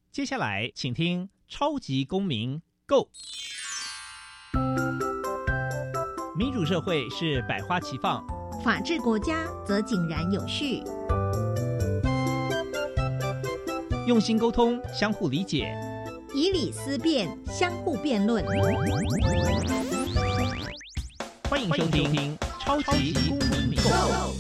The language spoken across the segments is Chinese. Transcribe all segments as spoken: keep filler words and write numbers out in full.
接下来请听超级公民 Go。 民主社会是百花齐放， 法治国家则井然有序。 用心沟通，相互理解， 以理思辨，相互辩论。 欢迎收听超级公民 Go。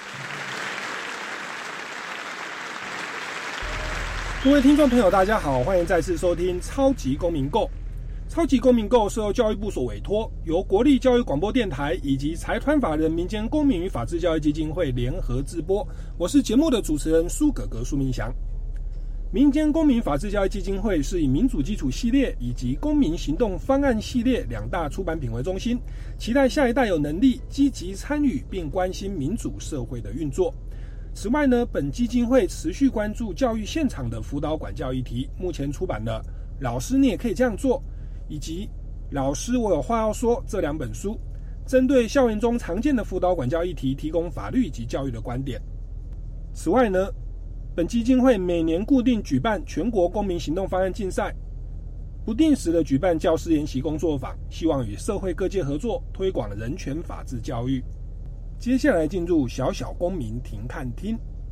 各位听众朋友大家好，欢迎再次收听超级公民 Go。 超级公民 Go 是由教育部所委托，由国立教育广播电台以及财团法人民间公民与法治教育基金会联合制播。我是节目的主持人苏哥哥苏明祥。民间公民法治教育基金会是以民主基础系列以及公民行动方案系列两大出版品为中心，期待下一代有能力积极参与并关心民主社会的运作。此外呢，本基金会持续关注教育现场的辅导管教议题，目前出版了《老师你也可以这样做》以及《老师我有话要说》这两本书，针对校园中常见的辅导管教议题提供法律及教育的观点。此外呢，本基金会每年固定举办全国公民行动方案竞赛，不定时的举办教师研习工作坊，希望与社会各界合作，推广人权法治教育。接下来进入小小公民停看听。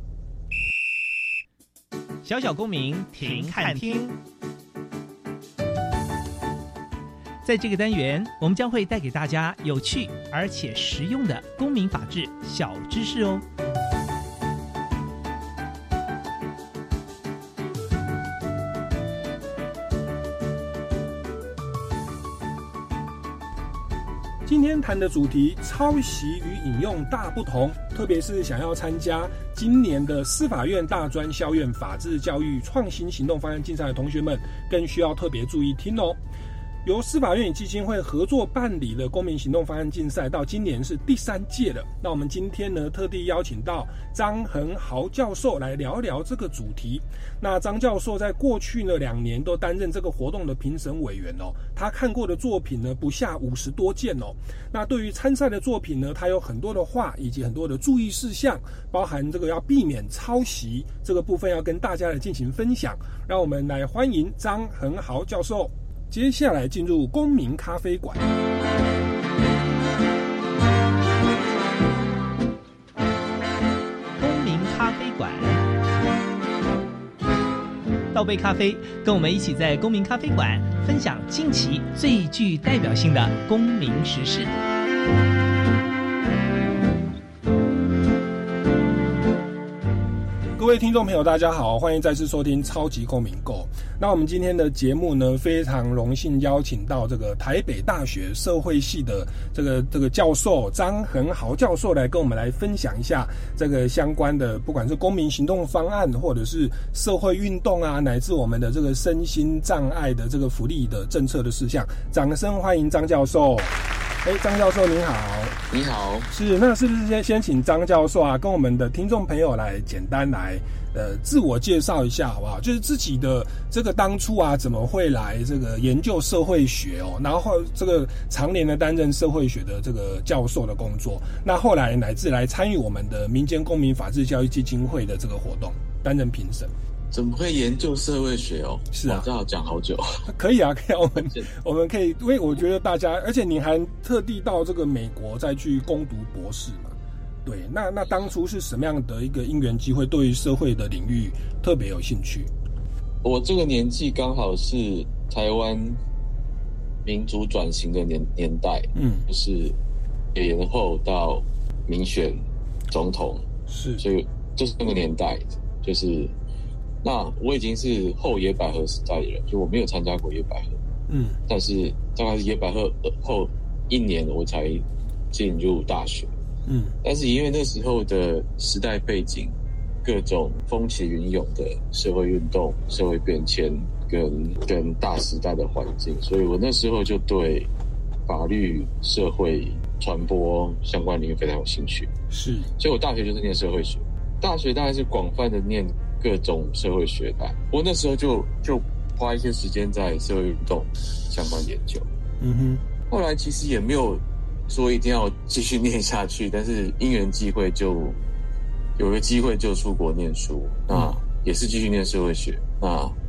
小小公民停看听。在这个单元，我们将会带给大家有趣而且实用的公民法治小知识哦。 今天谈的主题，抄袭与引用大不同，特别是想要参加今年的司法院大专校院法治教育创新行动方案竞赛的同学们，更需要特别注意听哦。由司法院与基金会合作办理的公民行动方案竞赛，到今年是第三届了。那我们今天呢，特地邀请到张恒豪教授来聊聊这个主题。那张教授在过去呢两年都担任这个活动的评审委员哦，他看过的作品呢不下五十多件哦。那对于参赛的作品呢，他有很多的话以及很多的注意事项，包含这个要避免抄袭这个部分，要跟大家来进行分享。让我们来欢迎张恒豪教授。接下来进入公民咖啡馆。 公民咖啡馆，倒杯咖啡，跟我们一起在公民咖啡馆分享近期最具代表性的公民时事。 各位听众朋友大家好，欢迎再次收听超级公民 Go。 那我们今天的节目呢，非常荣幸邀请到这个台北大学社会系的这个这个教授张恒豪教授来跟我们来分享一下这个相关的，不管是公民行动方案，或者是社会运动啊，乃至我们的这个身心障碍的这个福利的政策的事项。掌声欢迎张教授。哎，张教授您好。 你好。 是，那是不是先先请张教授啊，跟我们的听众朋友来简单来呃自我介绍一下好不好？就是自己的这个当初啊，怎么会来这个研究社会学哦，然后这个常年的担任社会学的这个教授的工作，那后来乃至来参与我们的民间公民法治教育基金会的这个活动，担任评审。 怎么会研究社会学哦？ 是啊， 这要讲好久。 可以啊，可以啊，我们我们可以，因为我觉得大家，而且你还特地到这个美国再去攻读博士嘛。对，那那当初是什么样的一个因缘机会，对于社会的领域特别有兴趣？ 我这个年纪刚好是台湾民主转型的年年代，嗯，就是解严后到民选总统， 是， 所以就是那个年代，就是。那我已经是后野百合时代的人，就我没有参加过野百合，嗯，但是大概是野百合后一年我才进入大学，嗯，但是因为那时候的时代背景，各种风起云涌的社会运动、社会变迁跟跟大时代的环境，所以我那时候就对法律、社会传播相关领域非常有兴趣，是，所以我大学就是念社会学，大学当然是广泛的念各种社会学的，我那时候就就花一些时间在社会运动相关研究。嗯哼，后来其实也没有说一定要继续念下去，但是因缘际会就有个机会就出国念书，那也是继续念社会学。那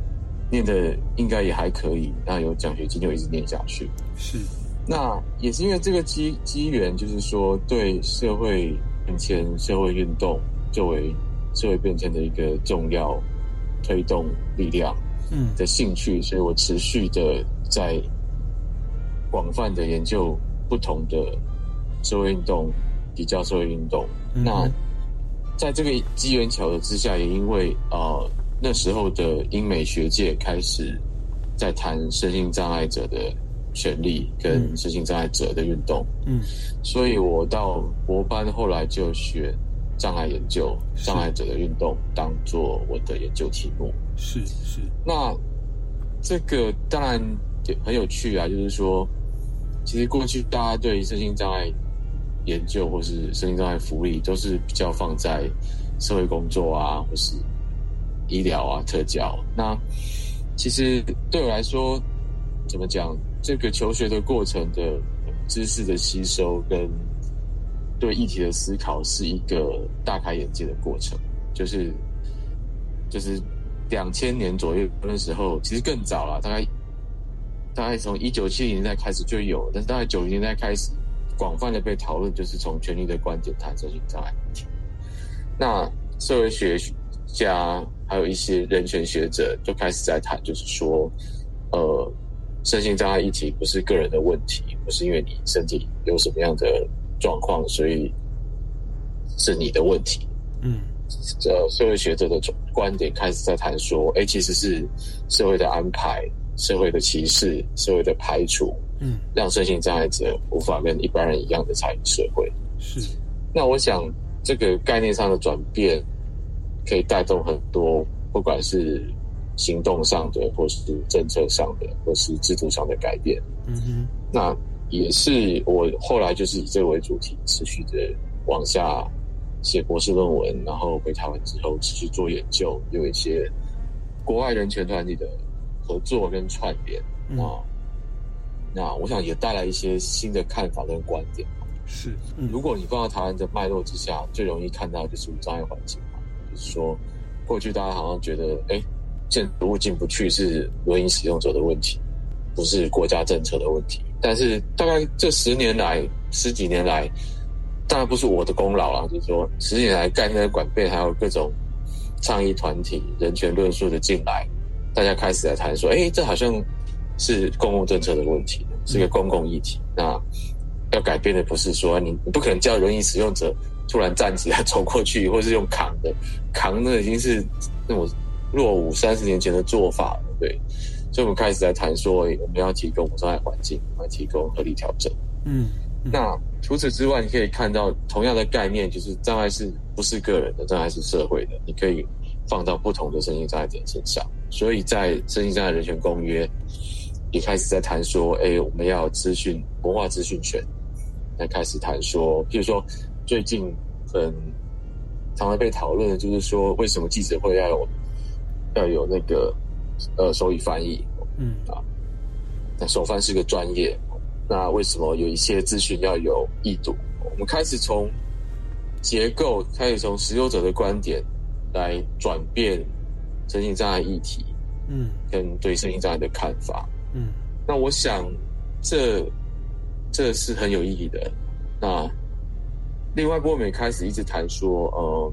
念的应该也还可以，那有奖学金就一直念下去。 是， 那也是因为这个机机缘，就是说对社会变迁、社会运动作为社会变迁的一个重要推动力量的兴趣，嗯、所以我持续的在广泛的研究不同的社会运动、比较社会运动。嗯、那在这个机缘巧合之下，也因为呃那时候的英美学界开始在谈身心障碍者的权利跟身心障碍者的运动，嗯，所以我到博班后来就选障碍研究、障碍者的运动当做我的研究题目。 是是， 那这个当然也很有趣啊，就是说，其实过去大家对身心障碍研究或是身心障碍福利都是比较放在社会工作啊，或是医疗啊、特教。那其实对我来说，怎么讲？这个求学的过程的知识的吸收跟对议题的思考，是一个大开眼界的过程。就是就是两千年左右那时候，其实更早了，大概大概从一九七零年代开始就有，但是大概九零年代开始广泛的被讨论，就是从权利的观点谈身心障碍议题。那社会学家还有一些人权学者就开始在谈，就是说，呃。身心障碍议题不是个人的问题，不是因为你身体有什么样的状况，所以是你的问题。嗯，这社会学者的观点开始在谈说，哎，其实是社会的安排、社会的歧视、社会的排除，嗯，让身心障碍者无法跟一般人一样的参与社会。 是， 那我想这个概念上的转变，可以带动很多，不管是行动上的，或是政策上的，或是制度上的改变。嗯哼，那也是我后来就是以这个为主题，持续的往下写博士论文，然后回台湾之后持续做研究，有一些国外人权团体的合作跟串联。嗯、啊，那我想也带来一些新的看法跟观点。 是， 嗯、如果你放到台湾的脉络之下，最容易看到就是无障碍环境嘛，就是说过去大家好像觉得，哎。建筑物进不去是轮椅使用者的问题，不是国家政策的问题。但是大概这十年来、十几年来，当然不是我的功劳啦，就是说十几年来概念的转变，还有各种倡议团体、人权论述的进来，大家开始来谈说，哎，这好像是公共政策的问题，是个公共议题。那要改变的不是说你你不可能叫轮椅使用者突然站起来走过去，或是用扛的，扛的已经是那种落伍三十年前的做法了，对，所以我们开始在谈说，我们要提供无障碍环境，我们要提供合理调整。嗯，嗯那除此之外，你可以看到同样的概念，就是障碍是不是个人的，障碍是社会的，你可以放到不同的身心障碍者身上。所以在身心障碍人权公约也开始在谈说，哎，我们要资讯文化资讯权，来开始谈说，譬如说最近很常常被讨论的就是说，为什么记者会要有要有那个呃手语翻译，嗯啊，那手翻是个专业，那为什么有一些资讯要有译读？我们开始从结构，开始从使用者的观点来转变身心障碍议题，嗯，跟对身心障碍的看法，嗯，那我想这这是很有意义的。那另外，我们也开始一直谈说，呃。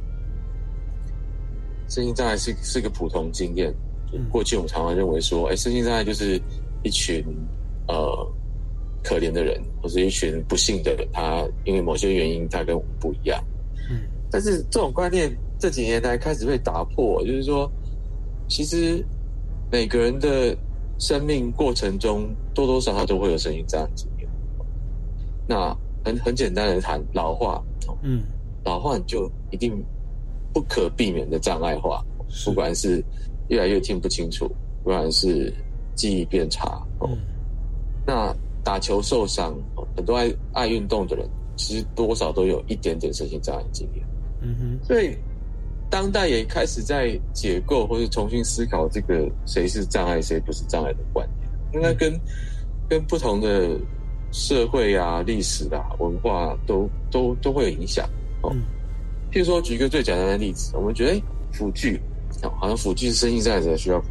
身心障碍是是个普通经验。过去我们常常认为说，哎，身心障碍就是一群呃可怜的人，或是一群不幸的人，他因为某些原因他跟我们不一样。嗯，但是这种观念这几年来开始被打破，就是说，其实每个人的生命过程中多多少少都会有身心障碍经验。那很很简单的谈老化，嗯，老化你就一定不可避免的障碍化，不管是越来越听不清楚，不管是记忆变差，哦嗯、那打球受伤，很多爱爱运动的人，其实多少都有一点点身心障碍经验。嗯哼，所以当代也开始在解构或是重新思考这个谁是障碍，谁不是障碍的观念，应该跟跟不同的社会啊、历史啊、文化都都都会有影响。哦。嗯譬如说，举一个最简单的例子，我们觉得，哎，辅具，好像辅具是身心障碍者需要辅具。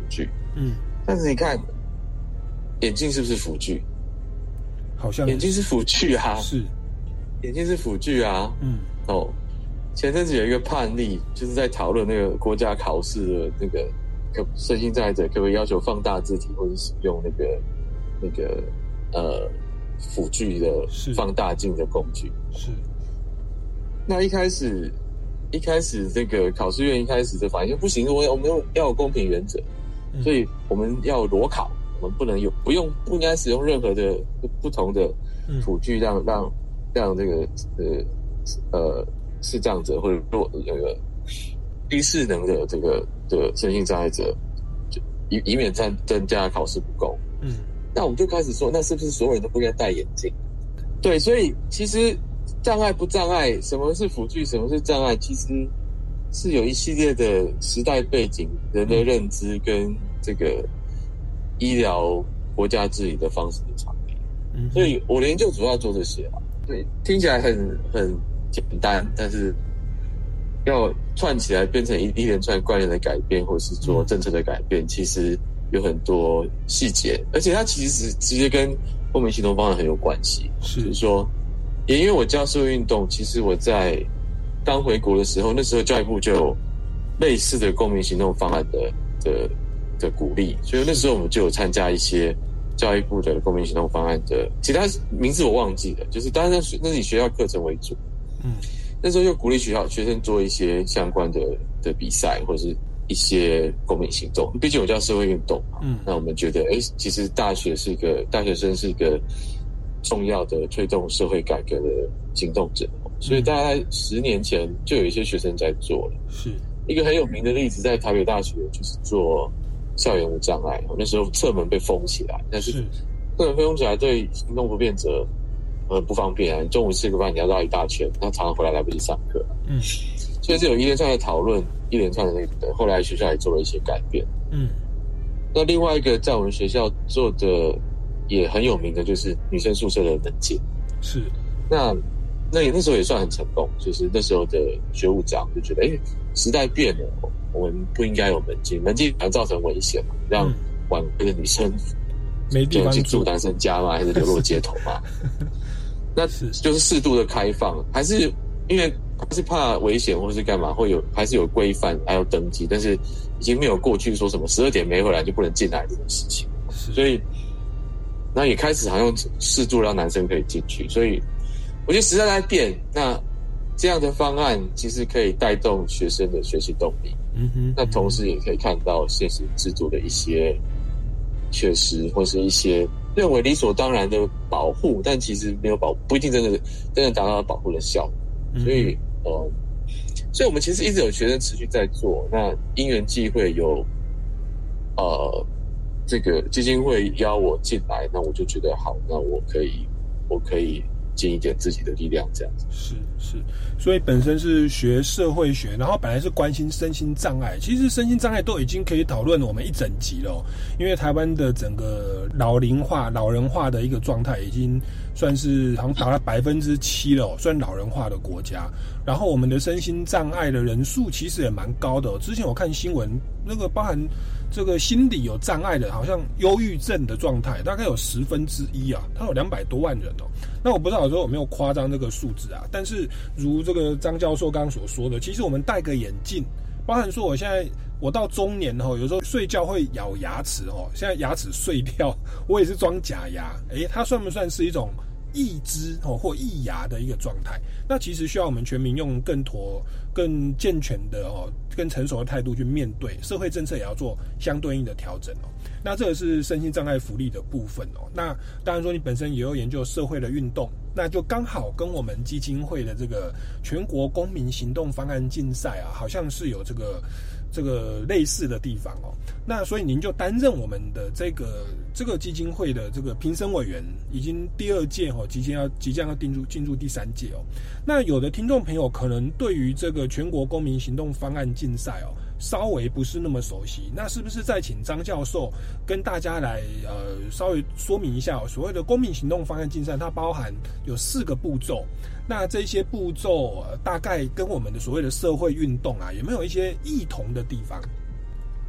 嗯， 但是你看，眼镜是不是辅具？ 好像眼镜是辅具啊， 是， 眼镜是辅具啊。嗯，哦，前阵子有一个判例，就是在讨论那个国家考试的那个可身心障碍者可不可以要求放大字体或者使用那个那个呃辅具的放大镜的工具。 是。 那一开始一开始这个考试院一开始的反应不行，我我们要有公平原则，嗯、所以我们要裸考。我们不能有不用不应该使用任何的不同的辅具让，让、嗯、让让这个呃呃视障者或者弱那个低势能的这个的身心障碍者，就以以免增增加考试不公。嗯，那我们就开始说，那是不是所有人都不应该戴眼镜？对，所以其实障碍不障碍，什么是辅具，什么是障碍，其实是有一系列的时代背景、人的认知跟这个。医疗国家治理的方式的差别，嗯，所以我的研究主要做这些啊。对，听起来很很简单，但是要串起来变成一一连串观念的改变，或是做政策的改变，嗯、其实有很多细节，而且它其实直接跟公民行动方案很有关系。是，就是说，也因为我教社会运动，其实我在刚回国的时候，那时候教育部就有类似的公民行动方案的的。的鼓励，所以那时候我们就有参加一些教育部的公民行动方案的，其他名字我忘记了，就是当然那是以学校课程为主，嗯，那时候就鼓励学校学生做一些相关的的比赛或者是一些公民行动，毕竟我叫社会运动嘛，嗯，那我们觉得，哎，其实大学是一个大学生是一个重要的推动社会改革的行动者，所以大概十年前就有一些学生在做了，是一个很有名的例子，在台北大学就是做。校园无障碍，那时候侧门被封起来，但是侧门被封起来对行动不便者很不方便啊！你中午吃个饭你要绕一大圈，那常常回来来不及上课。嗯，所以是有一连串的讨论，一连串的那个，后来学校也做了一些改变。嗯，那另外一个在我们学校做的也很有名的就是女生宿舍的门禁。是，那那那时候也算很成功，就是那时候的学务长就觉得，哎、欸，时代变了。我们不应该有门禁，门禁反而造成危险嘛，让晚归的女生没地方住，男生家嘛，还是流落街头嘛？那就是适度的开放，还是因为还是怕危险或是干嘛，会有还是有规范，还有登记，但是已经没有过去说什么十二点没回来就不能进来这种事情，所以那也开始好像适度让男生可以进去，所以我觉得时代在变，那这样的方案其实可以带动学生的学习动力。嗯哼，那同时也可以看到现行制度的一些缺失，或是一些认为理所当然的保护，但其实没有保，不一定真的真的达到保护的效果。嗯、所以，呃，所以我们其实一直有学生持续在做。那因缘际会有，呃，这个基金会邀我进来，那我就觉得好，那我可以，我可以。尽一点自己的力量，这样子是是，所以本身是学社会学，然后本来是关心身心障碍，其实身心障碍都已经可以讨论我们一整集了、哦，因为台湾的整个老龄化、老人化的一个状态，已经算是好像达到百分之七了、哦，算老人化的国家。然后我们的身心障碍的人数其实也蛮高的、哦，之前我看新闻，那个包含这个心理有障碍的，好像忧郁症的状态，大概有十分之一啊，它有两百多万人哦。那我不知道说有没有夸张这个数字啊，但是如这个张教授刚刚所说的，其实我们戴个眼镜，包含说我现在我到中年哦，有时候睡觉会咬牙齿哦，现在牙齿碎掉，我也是装假牙，诶，它算不算是一种义肢哦或义牙的一个状态？那其实需要我们全民用更妥、更健全的哦、更成熟的态度去面对，社会政策也要做相对应的调整哦。那这个是身心障碍福利的部分哦。那当然说你本身也有研究社会的运动，那就刚好跟我们基金会的这个全国公民行动方案竞赛啊，好像是有这个这个类似的地方哦。那所以您就担任我们的这个这个基金会的这个评审委员，已经第二届哦，即将要即将要进入进入第三届哦。那有的听众朋友可能对于这个全国公民行动方案竞赛哦，稍微不是那么熟悉，那是不是再请张教授跟大家来呃稍微说明一下哦？所谓的公民行动方案竞赛，它包含有四个步骤，那这些步骤、呃、大概跟我们的所谓的社会运动啊，有没有一些异同的地方？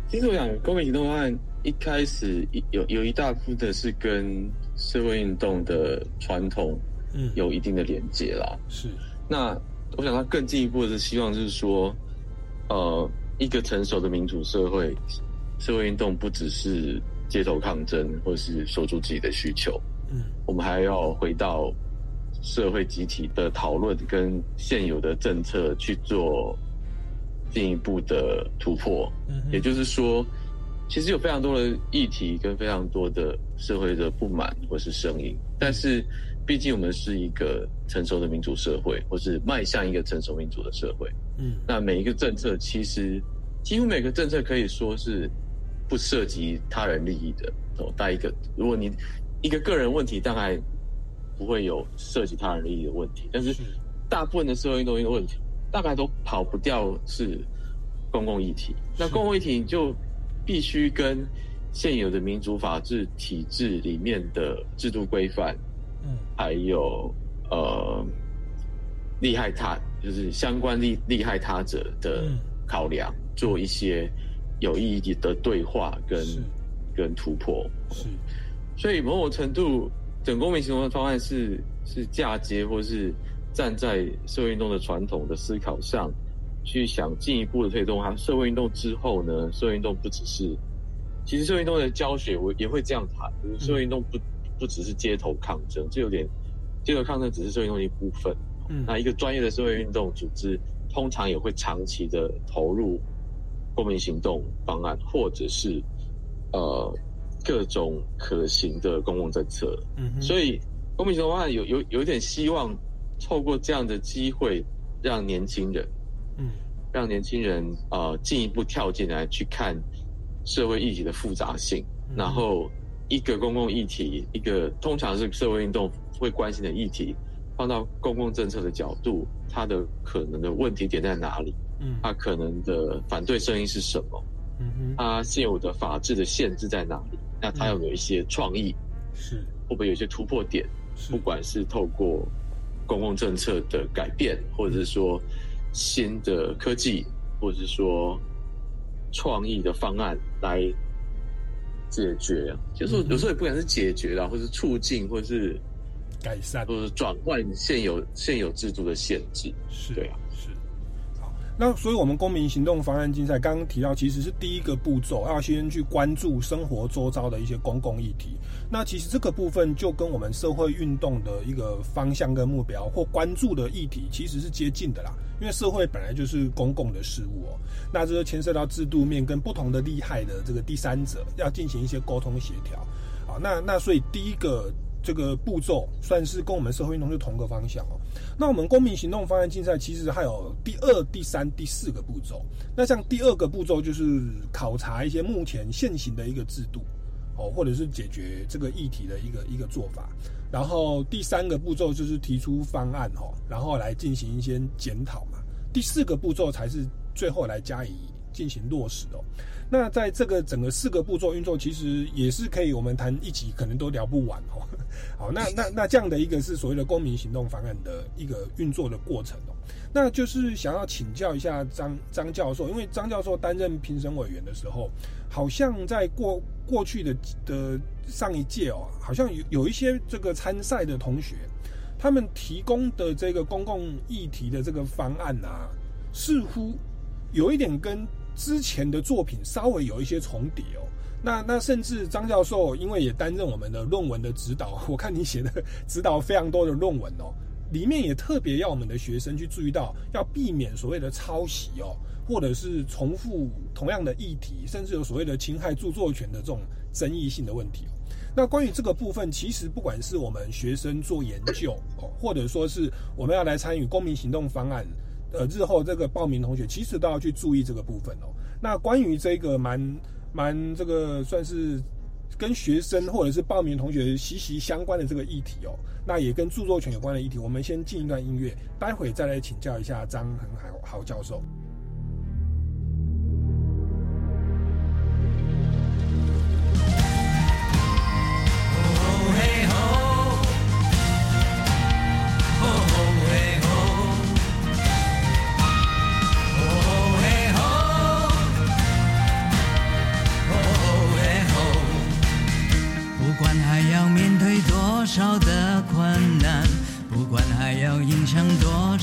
其实我想，公民行动方案一开始有有一大部分是跟社会运动的传统有一定的连结啦。 嗯、是。那我想，它更进一步的是希望是说，呃，一个成熟的民主社会，社会运动不只是街头抗争，或是说出自己的需求。嗯，我们还要回到社会集体的讨论，跟现有的政策去做进一步的突破。嗯，也就是说，其实有非常多的议题跟非常多的社会的不满或是声音，但是毕竟我们是一个成熟的民主社会，或是迈向一个成熟民主的社会。嗯，那每一个政策其实几乎每个政策可以说是不涉及他人利益的。哦，带一个，如果你一个个人问题，大概不会有涉及他人利益的问题，但是大部分的社会运动的问题，大概都跑不掉是公共议题。那公共议题就必须跟现有的民主法治体制里面的制度规范，嗯，还有呃利害他，就是相关利利害他者的考量，嗯，做一些有意义的对话跟跟突破。是，所以某种程度，整公民行动的方案是是嫁接或是站在社会运动的传统的思考上，去想进一步的推动它。社会运动之后呢，社会运动不只是，其实社会运动的教学我也会这样谈，就是社会运动不不只是街头抗争，这有点街头抗争只是社会运动的一部分。嗯，那一个专业的社会运动组织，通常也会长期的投入公民行动方案，或者是呃。各种可行的公共政策，嗯，所以公民行动方案有有有一点希望透过这样的机会，让年轻人，嗯，让年轻人呃进一步跳进来去看社会议题的复杂性，嗯，然后一个公共议题，一个通常是社会运动会关心的议题，放到公共政策的角度，它的可能的问题点在哪里？嗯，它可能的反对声音是什么？嗯，它现有的法治的限制在哪里？那它有没有一些创意？是会不会有一些突破点？不管是透过公共政策的改变，或者是说新的科技，或者是说创意的方案来解决，就是有时候也不管是解决啦，或是促进，或是改善， 或是转换现有现有制度的限制。 是， 对啊， 是。那所以，我们公民行动方案竞赛刚刚提到，其实是第一个步骤，要先去关注生活周遭的一些公共议题。那其实这个部分就跟我们社会运动的一个方向跟目标或关注的议题其实是接近的啦。因为社会本来就是公共的事物哦，那这就牵涉到制度面跟不同的利害的这个第三者要进行一些沟通协调。好，那那所以第一个这个步骤算是跟我们社会运动是同个方向哦。那我们公民行动方案竞赛其实还有第二、第三、第四个步骤。那像第二个步骤就是考察一些目前现行的一个制度哦，或者是解决这个议题的一个一个做法。然后第三个步骤就是提出方案哦，然后来进行一些检讨嘛。第四个步骤才是最后来加以进行落实哦。那在这个整个四个步骤运作，其实也是可以我们谈一集可能都聊不完哦。好，那那那这样的一个是所谓的公民行动方案的一个运作的过程哦。那就是想要请教一下张张教授，因为张教授担任评审委员的时候，好像在过过去的的上一届哦，好像有有一些这个参赛的同学，他们提供的这个公共议题的这个方案啊，似乎有一点跟之前的作品稍微有一些重叠哦。那那甚至张教授因为也担任我们的论文的指导，我看你写的指导非常多的论文哦，里面也特别要我们的学生去注意到，要避免所谓的抄袭哦，或者是重复同样的议题，甚至有所谓的侵害著作权的这种争议性的问题哦。那关于这个部分，其实不管是我们学生做研究哦，或者说是我们要来参与公民行动方案，呃，日后这个报名同学其实都要去注意这个部分哦。那关于这个蛮蛮这个算是跟学生或者是报名同学息息相关的这个议题哦，那也跟著作权有关的议题，我们先进一段音乐，待会再来请教一下张恒豪教授。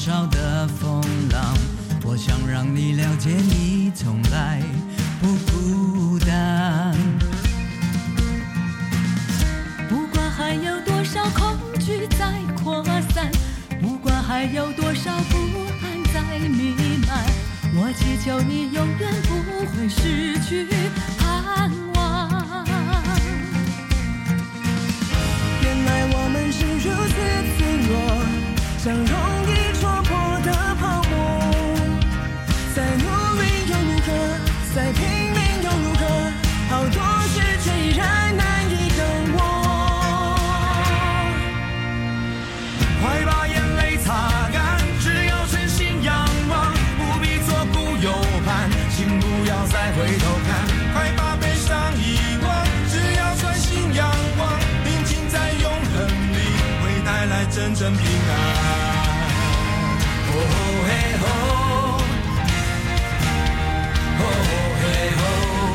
少的风浪，我想让你了解你从来不孤单。不管还有多少恐惧在扩散，不管还有多少不安在弥漫，我祈求你永远不会失去盼望。原来我们是如此脆弱，像容易戳破的泡沫，再努力又如何，再拼命又如何，好多事却依然难以等我。快把眼泪擦干，只要全心仰望，不必左顾右盼，请不要再回头看。快把悲伤遗忘，只要专心仰望，宁静在永恒里会带来真正平安。哦嘿吼，哦嘿吼，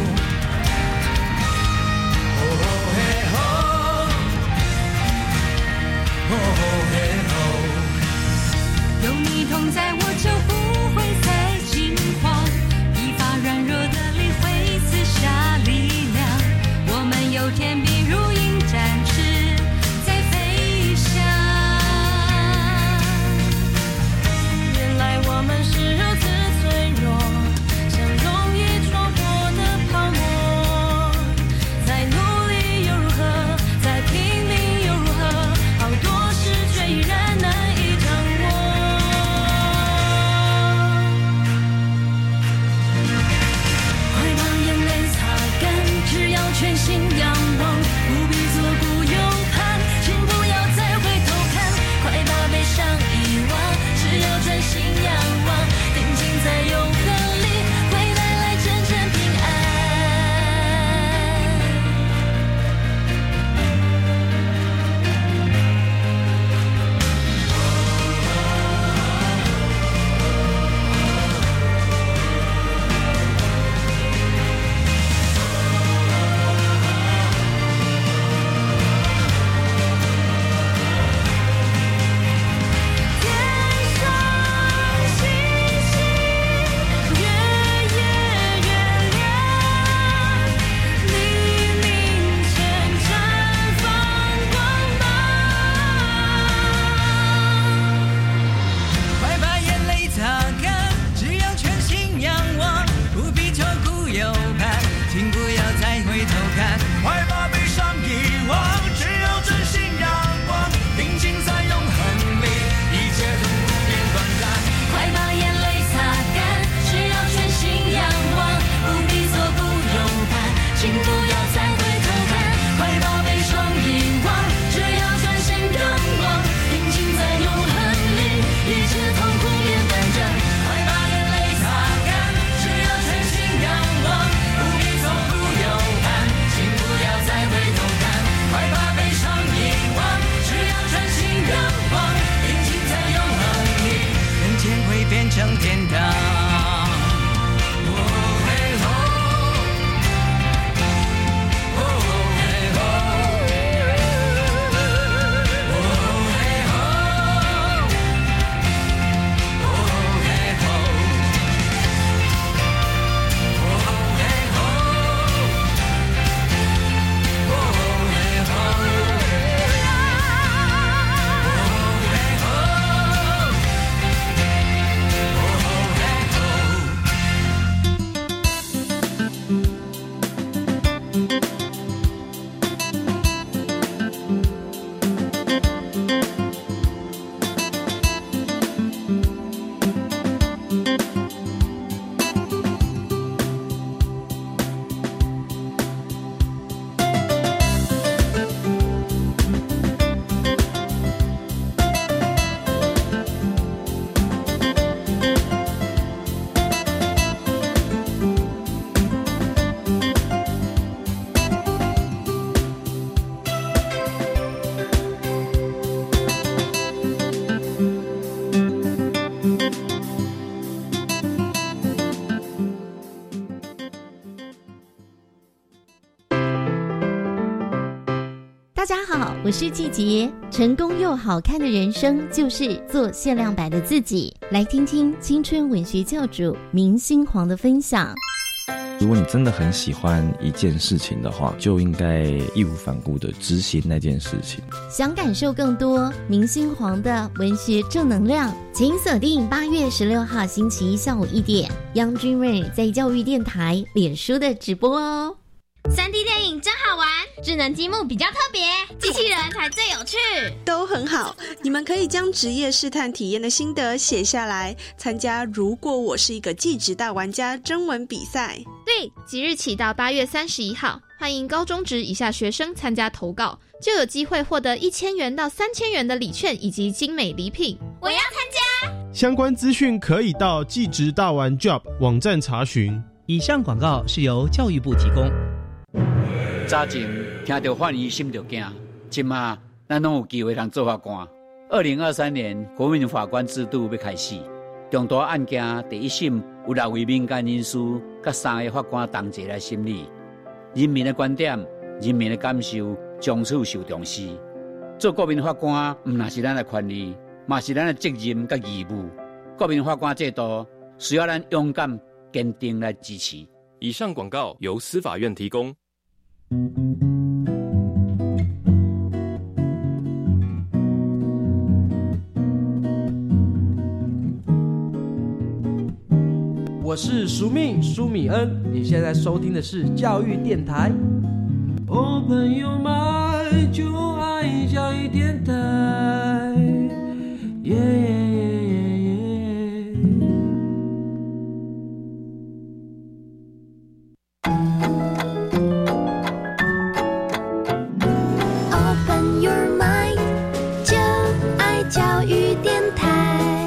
哦嘿吼，哦嘿吼。有你同在，我就不会再惊慌，疲乏软弱的力会赐下力量。我们有天必如鹰展翅，在飞翔。原来我们是如此脆弱，像容易戳破的泡沫。再努力又如何，再拼命又如何，好多事却依然难以掌握。快把眼泪擦干，只要全心仰望，不必左顾右盼，请不要再回头看。快把悲伤遗忘，只要专心仰望，定睛在永恒里会带来真正平安。天上星星越夜越亮，黎明前绽放光芒。快把眼泪擦干，只要全心仰望，不必左顾右盼，请不要再回头看。快把悲伤遗忘，只要专心仰望，定睛在永恒里，一切痛苦变短暂。快把眼泪擦干，只要全心仰望，不必左顾右盼，请不要再回头看。快把悲伤遗忘，只要专心仰望，定睛在永恒里，一切痛苦变短暂。快把眼泪擦干，只要全心仰望，不必左顾右盼，请不要再回头看。快把悲伤遗忘，只要专心仰望，定睛在永恒里，人间会变成天堂。哦嘿吼，哦嘿吼，哦嘿吼，哦嘿吼，哦嘿吼，哦嘿吼， 大家好，我是季杰。成功又好看的人生，就是做限量版的自己。来听听青春文学教主明星黄的分享。 如果你真的很喜欢一件事情的话，就应该义无反顾地执行那件事情。 想感受更多明星黄的文学正能量，请锁定八月十六号星期一下午一点 Young Dreamer 在教育电台脸书的直播哦。 三 D 电影真好玩，智能积木比较特别，机器人才最有趣。 都很好，你们可以将职业试探体验的心得写下来，参加如果我是一个技职大玩家征文比赛。 对，即日起到八月三十一号，欢迎高中职以下学生参加投稿，就有机会获得一千元到三千元的礼券以及精美礼品。 我要参加。 相关资讯可以到技职大玩 Job 网站查询。 以上广告是由教育部提供。 早前听到法医心就惊，今嘛咱拢有机会通做法官。二零二三年国民法官制度要开始，重大案件第一审有六位民间人士，甲三个法官同齐来审理。人民的观点、人民的感受，从此受重视。做国民法官，唔那是咱的权利，嘛是咱的责任甲义务。国民法官制度需要咱勇敢、坚定来支持。 以上广告由司法院提供。 我是苏命苏米恩，你现在收听的是教育电台。Open your mind， 就爱教育电台。耶耶耶耶耶。 Open your mind， 就爱教育电台。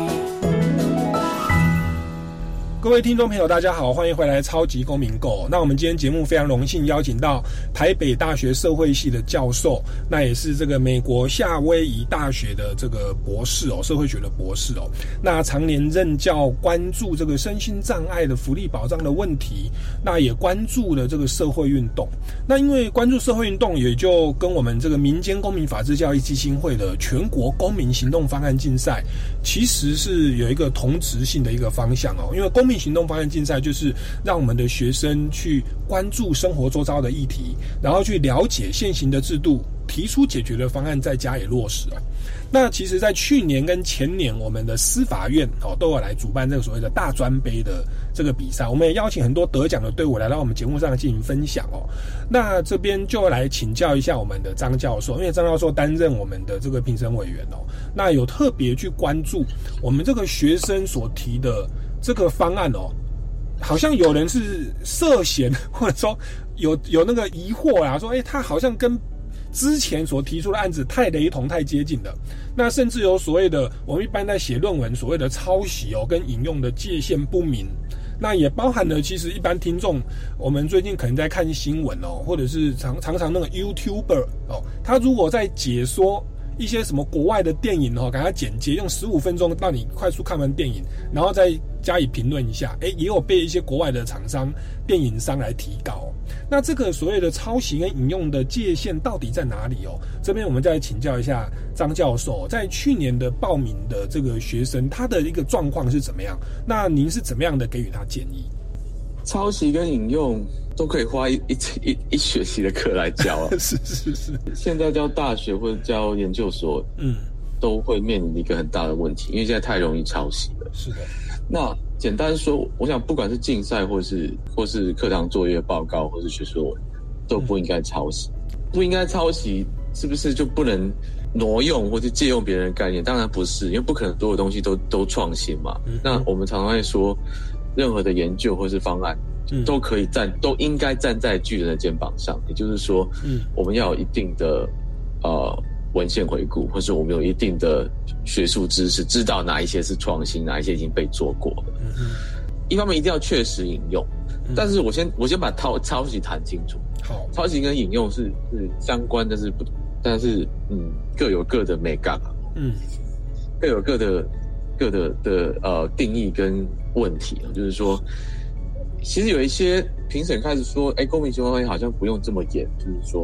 各位听众朋友大家好，欢迎回来超级公民购。那我们今天节目非常荣幸邀请到台北大学社会系的教授，那也是这个美国夏威夷大学的这个博士哦，社会学的博士哦。那常年任教，关注这个身心障碍的福利保障的问题，那也关注了这个社会运动。那因为关注社会运动，也就跟我们这个民间公民法治教育基金会的全国公民行动方案竞赛，其实是有一个同质性的一个方向哦。因为公民行动方案竞赛就是让我们的学生去关注生活周遭的议题，然后去了解现行的制度，提出解决的方案，再加以落实哦。那其实在去年跟前年，我们的司法院哦都有来主办这个所谓的大专杯的这个比赛，我们也邀请很多得奖的队伍来到我们节目上进行分享哦。那这边就来请教一下我们的张教授，因为张教授担任我们的这个评审委员哦，那有特别去关注我们这个学生所提的这个方案哦，好像有人是涉嫌，或者说有有那个疑惑啊，说哎，他好像跟之前所提出的案子太雷同、太接近了。那甚至有所谓的，我们一般在写论文所谓的抄袭哦，跟引用的界限不明。那也包含了，其实一般听众，我们最近可能在看新闻哦，或者是常常常那个 YouTuber 哦，他如果在解说一些什么国外的电影哦，给他剪接，用十五分钟让你快速看完电影，然后再加以评论一下，诶，也有被一些国外的厂商、电影商来提告哦。那这个所谓的抄袭跟引用的界限到底在哪里哦？这边我们再请教一下张教授，在去年的报名的这个学生，他的一个状况是怎么样？那您是怎么样的给予他建议？ 抄袭跟引用都可以花一一一一学期的课来教啊。 是是是。现在教大学或者教研究所，嗯，都会面临一个很大的问题，因为现在太容易抄袭了。 是的。 那简单说，我想不管是竞赛或是或是课堂作业报告或是学术论文，都不应该抄袭。不应该抄袭，是不是就不能挪用或是借用别人的概念？当然不是，因为不可能所有东西都都创新嘛。嗯、那我们常常会说，任何的研究或是方案，都可以站，都应该站在巨人的肩膀上。也就是说，嗯，我们要有一定的呃文献回顾，或是我们有一定的学术知识，知道哪一些是创新，哪一些已经被做过了。嗯、一方面一定要确实引用，嗯、但是我先我先把抄抄袭谈清楚。 好， 抄袭跟引用是是相关，但是不，但是嗯各有各的美感，嗯，各有各的各的的呃定义跟问题啊，就是说。其实有一些评审开始说，哎，公民行为好像不用这么严，就是说，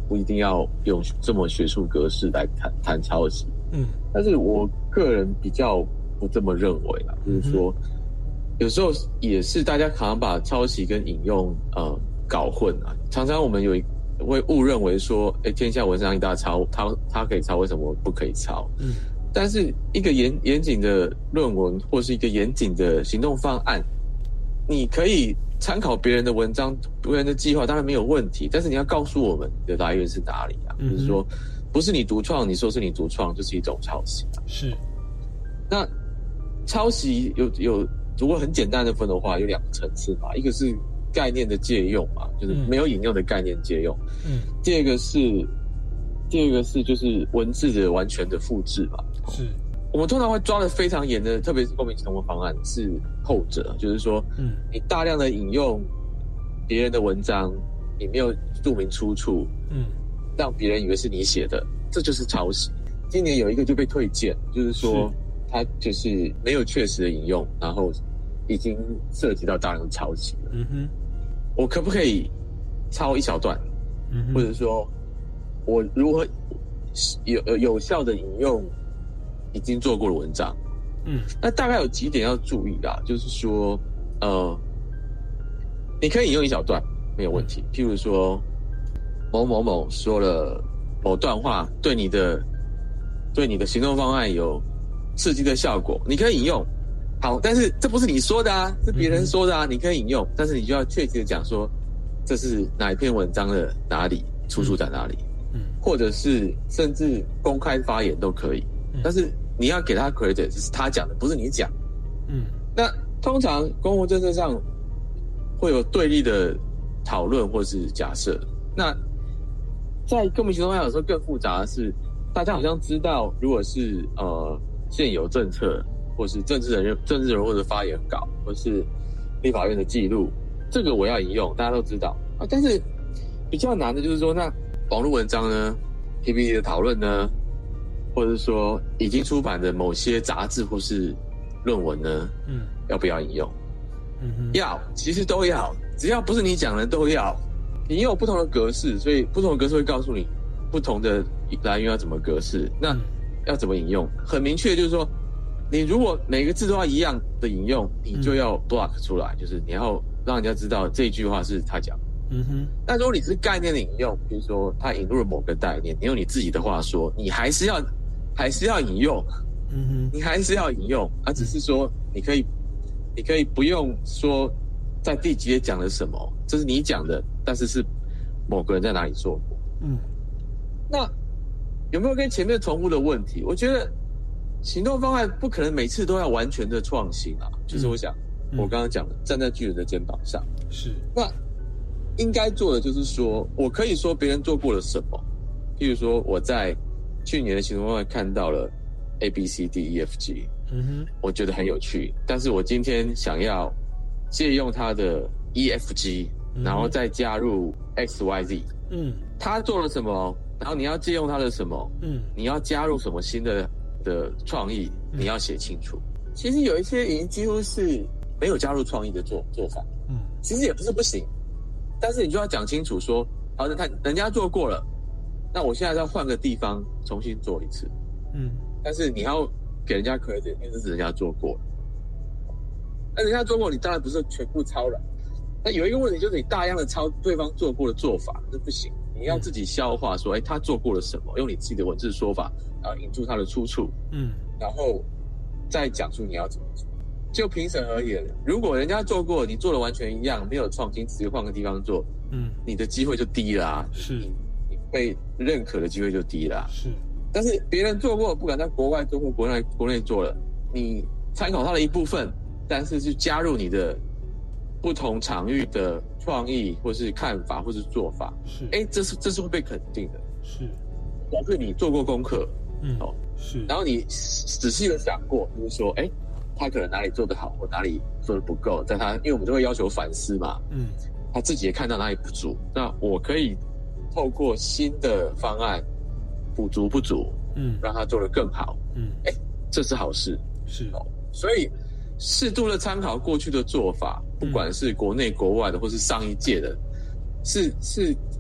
不一定要用这么学术格式来谈谈抄袭。 嗯， 但是我个人比较不这么认为啦，就是说，有时候也是大家常常把抄袭跟引用呃搞混啊。常常我们有会误认为说，哎，天下文章一大抄，他他可以抄，为什么不可以抄？ 嗯， 但是一个严严谨的论文或是一个严谨的行动方案，你可以参考别人的文章、别人的计划，当然没有问题。但是你要告诉我们你的来源是哪里啊？嗯、就是说，不是你独创，你说是你独创，就是一种抄袭啊。 是。 那抄袭有有，如果很简单的分的话，有两个层次嘛，一个是概念的借用嘛，就是没有引用的概念借用。 嗯。 第二个是，第二个是就是文字的完全的复制嘛。 是。 我们通常会抓得非常严的，特别是公民行动方案是后者，就是说， 嗯， 你大量的引用别人的文章，你没有注明出处， 嗯， 让别人以为是你写的，这就是抄袭。今年有一个就被退件，就是说他就是没有确实的引用，然后已经涉及到大量的抄袭了。 嗯哼， 我可不可以抄一小段？ 嗯哼， 或者说，我如何有有效的引用已经做过的文章？ 嗯， 那大概有几点要注意啦，就是说，呃，你可以引用一小段没有问题，嗯、譬如说某某某说了某段话，对你的对你的行动方案有刺激的效果，你可以引用。好，但是这不是你说的啊，是别人说的啊，嗯、你可以引用，但是你就要确切的讲说这是哪一篇文章的哪里，出处在哪里， 嗯， 或者是甚至公开发言都可以， 嗯、 但是你要给他 credit， 是他讲的，不是你讲。 嗯， 那通常公共政策上会有对立的讨论或是假设。那在公民行动方案有时候更复杂的是，大家好像知道，如果是呃现有政策，或是政治人政治人物的发言稿，或是立法院的记录，这个我要引用，大家都知道啊。但是比较难的就是说，那网络文章呢 ，P P T 的讨论呢？或者说已经出版的某些杂志或是论文呢， 嗯， 要不要引用？ 嗯哼， 要，其实都要，只要不是你讲的都要。引用有不同的格式，所以不同的格式会告诉你不同的来源要怎么格式，那要怎么引用？很明确，就是说，你如果每个字都要一样的引用，你就要 block 出来，嗯、就是你要让人家知道这一句话是他讲。 嗯哼， 那如果你是概念的引用，比如说他引入了某个概念，你用你自己的话说，你还是要。还是要引用， 嗯哼， 你还是要引用，啊，只是说你可以，你可以不用说在第几页讲了什么，这是你讲的，但是是某个人在哪里做过， 嗯， 那有没有跟前面重复的问题？我觉得行动方案不可能每次都要完全的创新啊，就是我想、嗯、我刚刚讲的，站在巨人的肩膀上， 是， 那应该做的就是说，我可以说别人做过了什么，譬如说我在去年的行动方案看到了 A B C D E F G， 嗯哼， 我觉得很有趣，但是我今天想要借用它的 E F G，、嗯、然后再加入 X Y Z， 嗯， 他做了什么，然后你要借用他的什么， 嗯， 你要加入什么新的的创意，你要写清楚。嗯、其实有一些已经几乎是没有加入创意的做做法， 嗯， 其实也不是不行，但是你就要讲清楚说，好的，他人家做过了。那我现在要换个地方重新做一次， 嗯， 但是你要给人家 credit， 因为这是人家做过了。那人家做过，你当然不是全部抄了。那有一个问题就是你大量的抄对方做过的做法，这不行。你要自己消化说，哎、欸，他做过了什么，用你自己的文字说法，然后引出他的出处， 嗯， 然后再讲出你要怎么做。就评审而言，如果人家做过，你做的完全一样，没有创新，直接换个地方做， 嗯， 你的机会就低啦、啊。 是。 被认可的机会就低了， 是。 但是别人做过，不管在国外做或国内国内做了，你参考他的一部分，但是去加入你的不同场域的创意，或是看法，或是做法， 是。 哎，这是这是会被肯定的， 是。 表示你做过功课， 嗯， 哦， 是。 然后你仔细的想过，就是说，哎，他可能哪里做得好，或哪里做得不够，在他，因为我们就会要求反思嘛， 嗯， 他自己也看到哪里不足，那我可以透过新的方案补足不足， 嗯， 让他做得更好， 嗯， 哎，这是好事， 是哦。所以适度的参考过去的做法，不管是国内国外的，或是上一届的，是是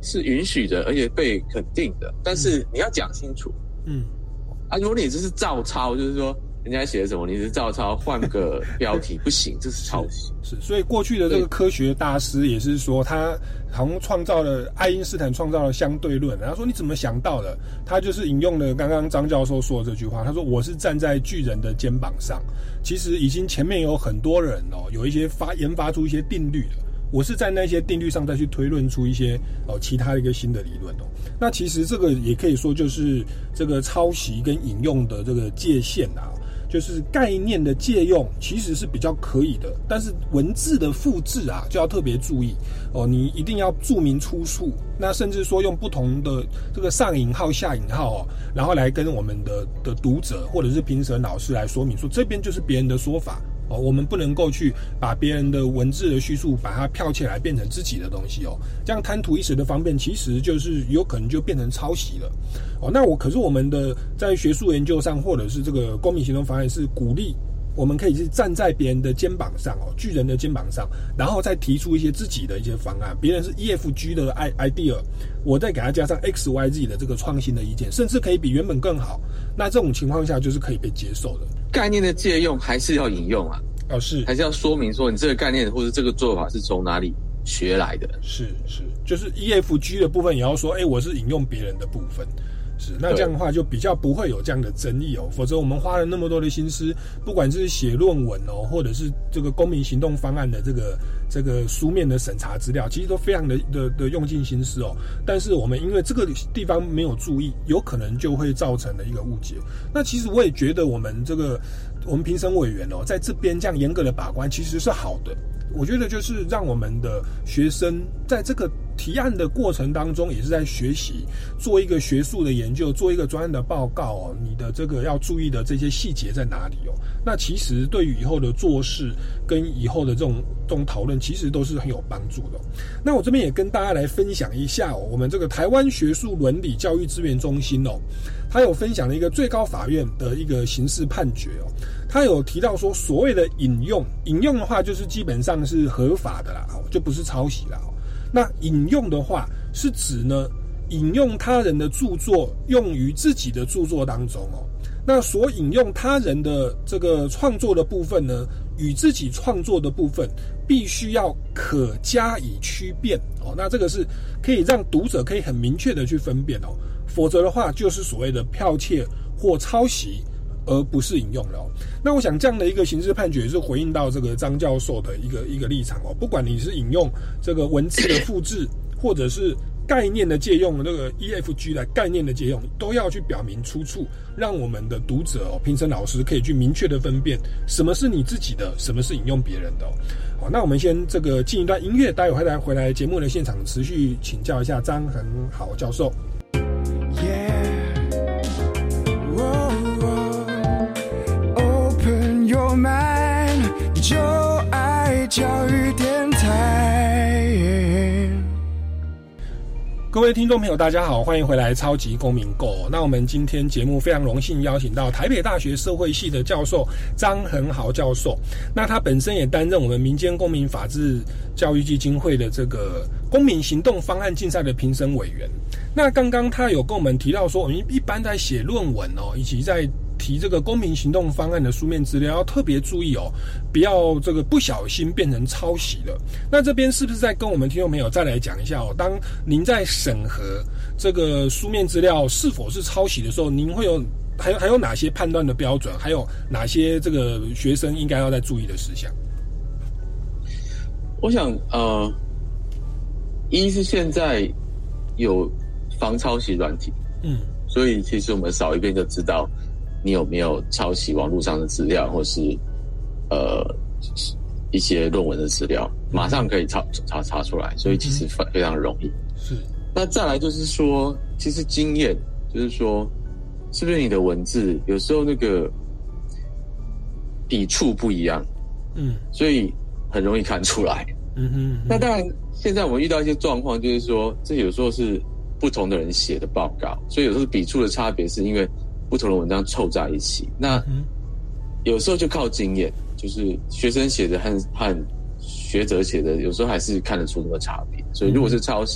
是允许的，而且被肯定的，但是你要讲清楚。嗯，啊，如果你只是照抄，就是说人家写什么，你是照抄换个标题，不行，这是抄袭。 是，所以过去的这个科学大师也是说，他好像创造了爱因斯坦创造了相对论，然后说你怎么想到的？他就是引用了刚刚张教授说的这句话，他说我是站在巨人的肩膀上。其实已经前面有很多人哦，有一些发研发出一些定律的。我是在那些定律上再去推论出一些哦其他的一个新的理论哦。那其实这个也可以说就是这个抄袭跟引用的这个界限啊，就是概念的借用其实是比较可以的，但是文字的复制啊就要特别注意哦，你一定要注明出处，那甚至说用不同的这个上引号下引号哦，然后来跟我们的的读者或者是评审老师来说明说这边就是别人的说法。哦，我们不能够去把别人的文字的叙述把它剽窃来变成自己的东西哦，这样贪图一时的方便，其实就是有可能就变成抄袭了。哦，那我可是我们的在学术研究上或者是这个公民行动方案是鼓励我们可以是站在别人的肩膀上哦，巨人的肩膀上，然后再提出一些自己的一些方案。别人是 E F G 的 idea， 我再给他加上 X Y Z 的这个创新的意见，甚至可以比原本更好。那这种情况下就是可以被接受的。 概念的借用还是要引用啊， 哦是， 还是要说明说你这个概念或者这个做法是从哪里学来的。 是是，就是 E F G 的部分也要说，哎、欸，我是引用别人的部分。是，那这样的话就比较不会有这样的争议哦。否则我们花了那么多的心思，不管是写论文哦，或者是这个公民行动方案的这个这个书面的审查资料，其实都非常的的的用尽心思哦。但是我们因为这个地方没有注意，有可能就会造成了一个误解。那其实我也觉得我们这个我们评审委员哦，在这边这样严格的把关，其实是好的。我觉得就是让我们的学生在这个提案的过程当中，也是在学习做一个学术的研究，做一个专案的报告哦。你的这个要注意的这些细节在哪里哦？那其实对于以后的做事跟以后的这种这种讨论，其实都是很有帮助的。那我这边也跟大家来分享一下哦，我们这个台湾学术伦理教育资源中心哦，他有分享了一个最高法院的一个刑事判决哦。他有提到说，所谓的引用，引用的话就是基本上是合法的啦，就不是抄袭啦。那引用的话，是指呢引用他人的著作用于自己的著作当中哦。那所引用他人的这个创作的部分呢，与自己创作的部分必须要可加以区辨哦。那这个是可以让读者可以很明确的去分辨哦，否则的话就是所谓的剽窃或抄袭，而不是引用了哦。那我想这样的一个刑事判决是回应到这个张教授的一个一个立场哦。不管你是引用这个文字的复制，或者是概念的借用，那个 E F G 的概念的借用，都要去表明出处，让我们的读者哦、评审老师可以去明确的分辨什么是你自己的，什么是引用别人的哦。好，那我们先这个进一段音乐，待会儿回来节目的现场持续请教一下张恒豪教授。 Your mind 就爱教育电台。 各位听众朋友大家好，欢迎回来超级公民购。那我们今天节目非常荣幸邀请到台北大学社会系的教授张恒豪教授，那他本身也担任我们民间公民法治教育基金会的这个公民行动方案竞赛的评审委员。那刚刚他有跟我们提到说，我们一般在写论文哦，以及在提这个公民行动方案的书面资料要特别注意哦，不要这个不小心变成抄袭了。那这边是不是再跟我们听众朋友再来讲一下哦？当您在审核这个书面资料是否是抄袭的时候，您会有还有还有哪些判断的标准？还有哪些这个学生应该要再注意的事项？ 我想呃，一是现在有防抄袭软体，嗯，所以其实我们扫一遍就知道你有没有抄袭网络上的资料，或是呃一些论文的资料，马上可以查查查出来，所以其实非常容易。 是。 那再来就是说，其实经验就是说，是不是你的文字有时候那个笔触不一样，嗯，所以很容易看出来。嗯哼嗯哼。那当然，现在我们遇到一些状况，就是说，这有时候是不同的人写的报告，所以有时候笔触的差别是因为不同的文章凑在一起，那有时候就靠经验，就是学生写的和和学者写的，有时候还是看得出那个差别。所以如果是抄袭，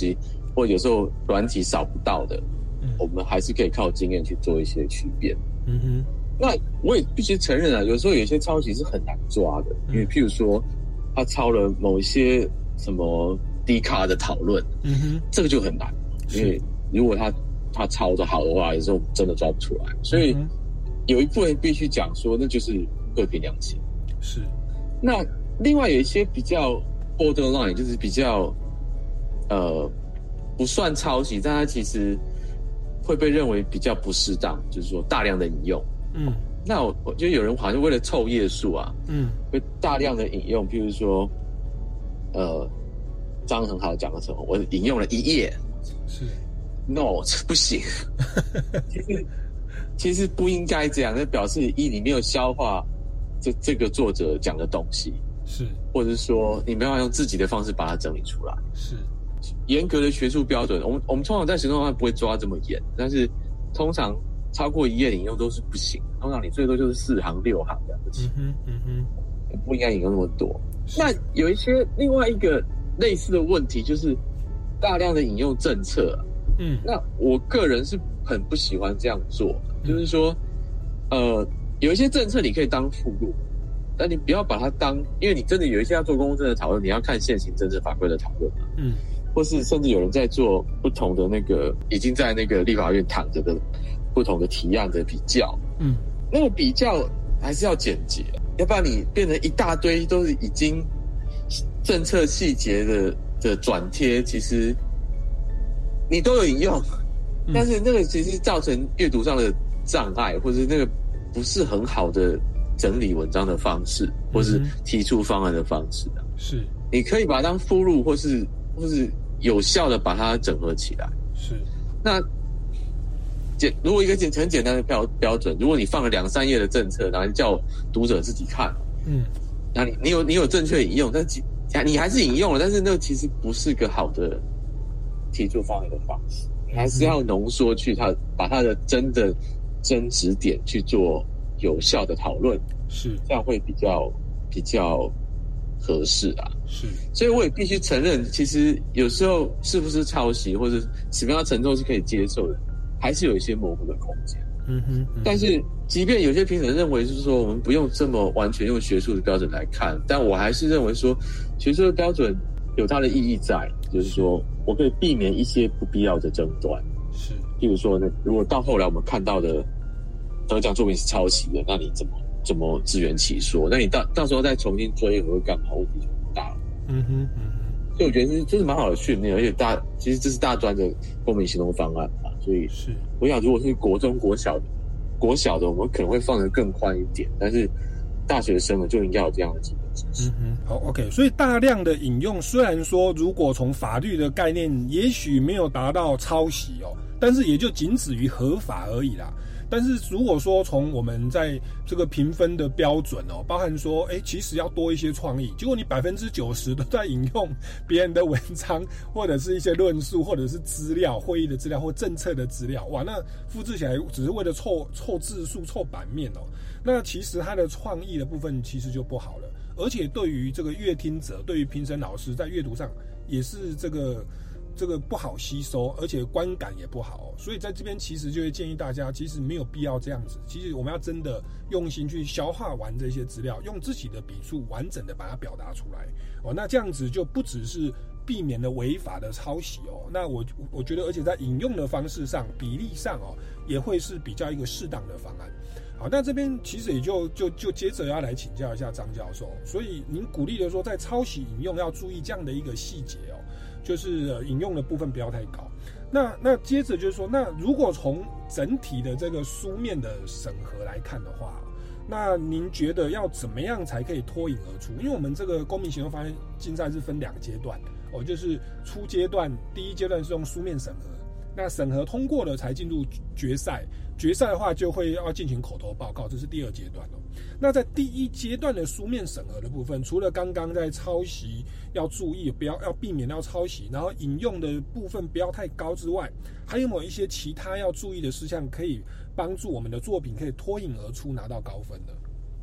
或有时候软体扫不到的，嗯、我们还是可以靠经验去做一些区别。嗯哼，那我也必须承认啊，有时候有些抄袭是很难抓的，嗯、因为譬如说他抄了某一些什么 D 卡的讨论，嗯哼，这个就很难，因为如果他他抄的好的话，有时候真的抓不出来，所以有一部分必须讲说，那就是各凭良心。是，那另外有一些比较 borderline， 就是比较呃不算抄袭，但它其实会被认为比较不适当，就是说大量的引用。嗯，那我我觉得有人好像为了凑页数啊，嗯，会大量的引用，譬如说，呃，张很好讲的什么，我引用了一页，是 ，no， 不行，其实其实不应该这样，那表示一你没有消化这这个作者讲的东西，是，或者是说你没有用自己的方式把它整理出来，是，严格的学术标准，我们我们通常在行动上不会抓这么严，但是通常超过一页引用都是不行，通常你最多就是四行六行这样子，嗯哼，嗯哼，不应该引用那么多。那有一些另外一个类似的问题就是大量的引用政策，嗯，那我个人是很不喜欢这样做，嗯、就是说，呃，有一些政策你可以当附录，但你不要把它当，因为你真的有一些要做公共政策讨论，你要看现行政治法规的讨论嘛，嗯，或是甚至有人在做不同的那个已经在那个立法院躺着的不同的提案的比较，嗯，那个比较还是要简洁，要不然你变成一大堆都是已经政策细节的的转贴，其实你都有引用，嗯、但是那个其实造成阅读上的障碍，或者那个不是很好的整理文章的方式，或是提出方案的方式啊。是，你可以把它当附录，或是或是有效的把它整合起来。是，那。简如果一个简很简单的标标准，如果你放了两三页的政策，然后叫读者自己看，嗯，那你你有你有正确引用，但你还是引用了，但是那其实不是个好的提出方案的方式，你还是要浓缩去它把它的真的争执点去做有效的讨论，是这样会比较比较合适啊。是，所以我也必须承认，其实有时候是不是抄袭或者什么样的程度是可以接受的。还是有一些模糊的空间，嗯哼，嗯哼。但是，即便有些评审认为是说我们不用这么完全用学术的标准来看，但我还是认为说，学术的标准有它的意义在，就是说我可以避免一些不必要的争端。是，譬如说呢，如果到后来我们看到的得奖作品是抄袭的，那你怎么怎么自圆其说？那你到到时候再重新追会干嘛？问题就很大了。嗯哼，嗯哼。所以我觉得是这是蛮好的训练，而且大其实这是大专的公民行动方案嘛。所以是，我想如果是国中、国小的、国小的，我们可能会放得更宽一点，但是大学生呢就应该有这样的基本知识。 嗯哼，好 ，OK。所以大量的引用，虽然说如果从法律的概念，也许没有达到抄袭哦，但是也就仅止于合法而已啦。但是如果说从我们在这个评分的标准哦，包含说，哎，其实要多一些创意，结果你百分之九十都在引用别人的文章，或者是一些论述，或者是资料、会议的资料或政策的资料，哇，那复制起来只是为了凑凑字数、凑版面哦，那其实它的创意的部分其实就不好了，而且对于这个阅听者，对于评审老师在阅读上也是这个。这个不好吸收，而且观感也不好，所以在这边其实就会建议大家，其实没有必要这样子。其实我们要真的用心去消化完这些资料，用自己的笔触完整的把它表达出来哦。那这样子就不只是避免了违法的抄袭哦。那我我觉得，而且在引用的方式上、比例上哦，也会是比较一个适当的方案。好，那这边其实也就就就接着要来请教一下张教授。所以您鼓励的说，在抄袭引用要注意这样的一个细节哦。就是引用的部分不要太高。那那接着就是说，那如果从整体的这个书面的审核来看的话，那您觉得要怎么样才可以脱颖而出？因为我们这个公民行动方案竞赛是分两阶段哦，就是初阶段，第一阶段是用书面审核，那审核通过了才进入决赛，决赛的话就会要进行口头报告，这是第二阶段哦。那在第一阶段的书面审核的部分，除了刚刚在抄袭要注意不要要避免要抄袭，然后引用的部分不要太高之外，还有没有一些其他要注意的事项可以帮助我们的作品可以脱颖而出拿到高分的？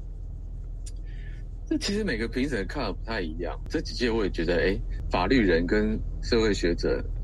这其实每个评审看法不太一样。这几届我也觉得，哎，法律人跟社会学者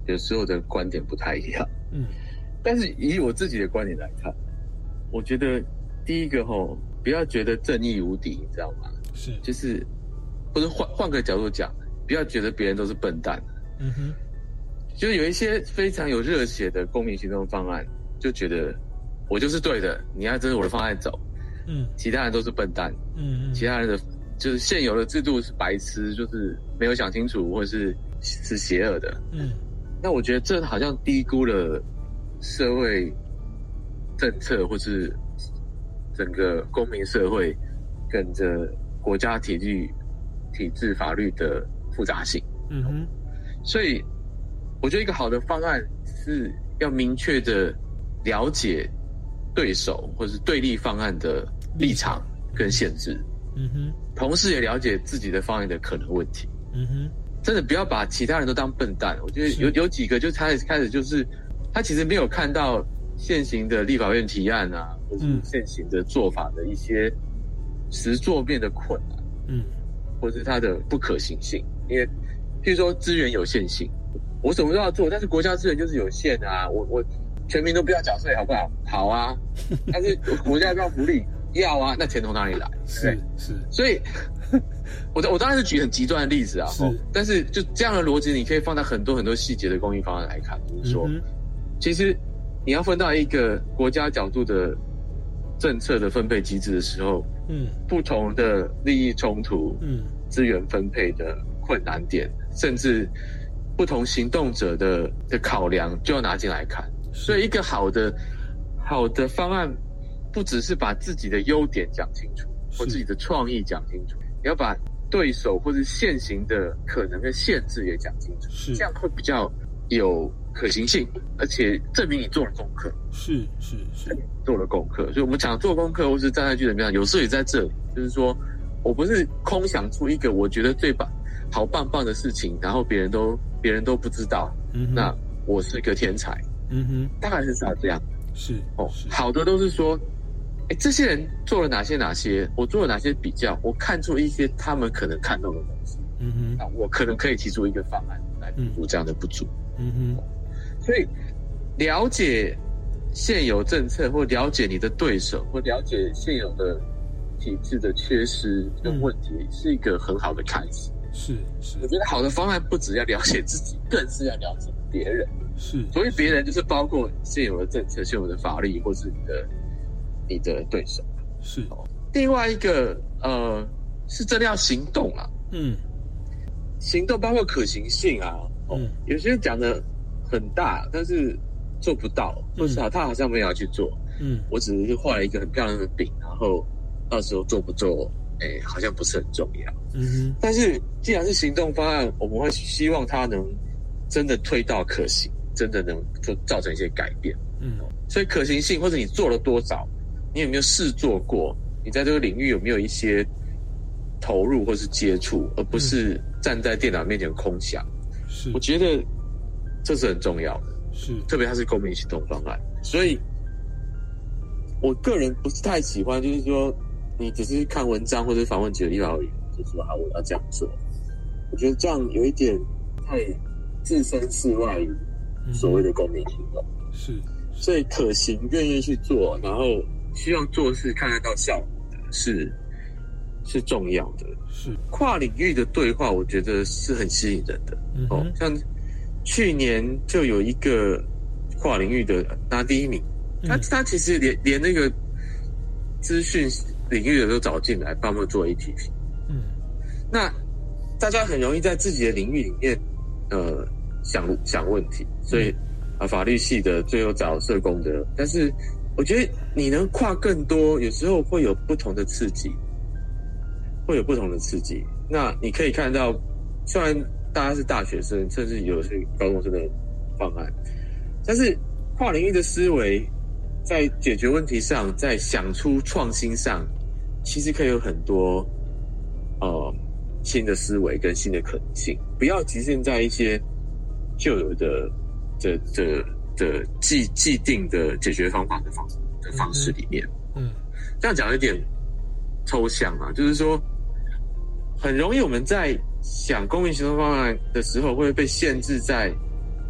有时候的观点不太一样。嗯，但是以我自己的观点来看，我觉得第一个吼，不要觉得正义无敌，你知道吗？是，就是或者换换个角度讲，不要觉得别人都是笨蛋。嗯哼，就是有一些非常有热血的公民行动方案，就觉得我就是对的，你要跟着我的方案走。嗯，其他人都是笨蛋。嗯嗯，其他人的就是现有的制度是白痴，就是没有想清楚，或者是是邪恶的。嗯，那我觉得这好像低估了社会政策或是整个公民社会跟着国家体制、体制法律的复杂性。嗯哼，所以我觉得一个好的方案是要明确的了解对手或是对立方案的立场跟限制。嗯哼，同时也了解自己的方案的可能问题。嗯哼，真的不要把其他人都当笨蛋。我觉得有有几个就开始开始就是他其实没有看到现行的立法院提案啊，或是现行的做法的一些实作面的困难。嗯，或是它的不可行性。因为譬如说资源有限性，我什么都要做，但是国家资源就是有限啊。我我全民都不要缴税好不好？好啊，但是国家要不要福利？要啊，那钱从哪里来？是是，所以我我当然是举很极端的例子啊，是，但是就这样的逻辑，你可以放到很多很多细节的公益方案来看，就是说，嗯、其实你要分到一个国家角度的政策的分配机制的时候，嗯，不同的利益冲突，嗯，资源分配的困难点，甚至不同行动者的的考量，就要拿进来看。所以，一个好的好的方案。不只是把自己的优点讲清楚，或自己的创意讲清楚，也要把对手或是现行的可能的限制也讲清楚，是这样会比较有可行性，而且证明你做了功课。是是是，做了功课。所以我们讲做功课或是站在据点边上，有时候也在这里，就是说我不是空想出一个我觉得最棒、好棒棒的事情，然后别人都别人都不知道，嗯、那我是个天才。嗯哼，大概是这样。是哦，好的都是说。欸、这些人做了哪些哪些，我做了哪些比较，我看出一些他们可能看到的东西，嗯哼，啊，我可能可以提出一个方案来补足这样的不足，嗯哼，所以了解现有政策，或了解你的对手，或了解现有的体制的缺失跟问题，嗯、是一个很好的开始。是是，我觉得好的方案不只要了解自己，更是要了解别人。是，所以别人就是包括现有的政策、现有的法律，或是你的。你的对手是另外一个呃，是真的要行动啊。嗯，行动包括可行性啊。哦、嗯，有些人讲的很大，但是做不到，或是他好像没有要去做。嗯，我只是画了一个很漂亮的饼，然后到时候做不做，哎、欸，好像不是很重要。嗯哼，但是既然是行动方案，我们会希望它能真的推到可行，真的能就造成一些改变。嗯，所以可行性或者你做了多少。你有没有试做过？你在这个领域有没有一些投入或是接触，而不是站在电脑面前空想？是，我觉得这是很重要的。是，特别它是公民行动方案，所以我个人不是太喜欢，就是说你只是看文章或者访问几个立法委员，就说好我要这样做。我觉得这样有一点太置身事外于所谓的公民行动。嗯、是，所以可行，愿意去做，然后。希望做事看得到效果的是是重要的，是跨领域的对话，我觉得是很吸引人的。嗯、哦，像去年就有一个跨领域的拿第一名，嗯、他他其实连连那个资讯领域的都找进来帮我们做 A P P。嗯，那大家很容易在自己的领域里面呃想想问题，所以啊法律系的最后找社工的，但是。我觉得你能跨更多，有时候会有不同的刺激，会有不同的刺激。那你可以看到，虽然大家是大学生，甚至有是高中生的方案，但是跨领域的思维，在解决问题上，在想出创新上，其实可以有很多呃新的思维跟新的可能性。不要局限在一些旧有的的的。的既既定的解决方法的方的方式里面，嗯，这样讲有点抽象啊，就是说，很容易我们在想公民行动方案的时候，会被限制在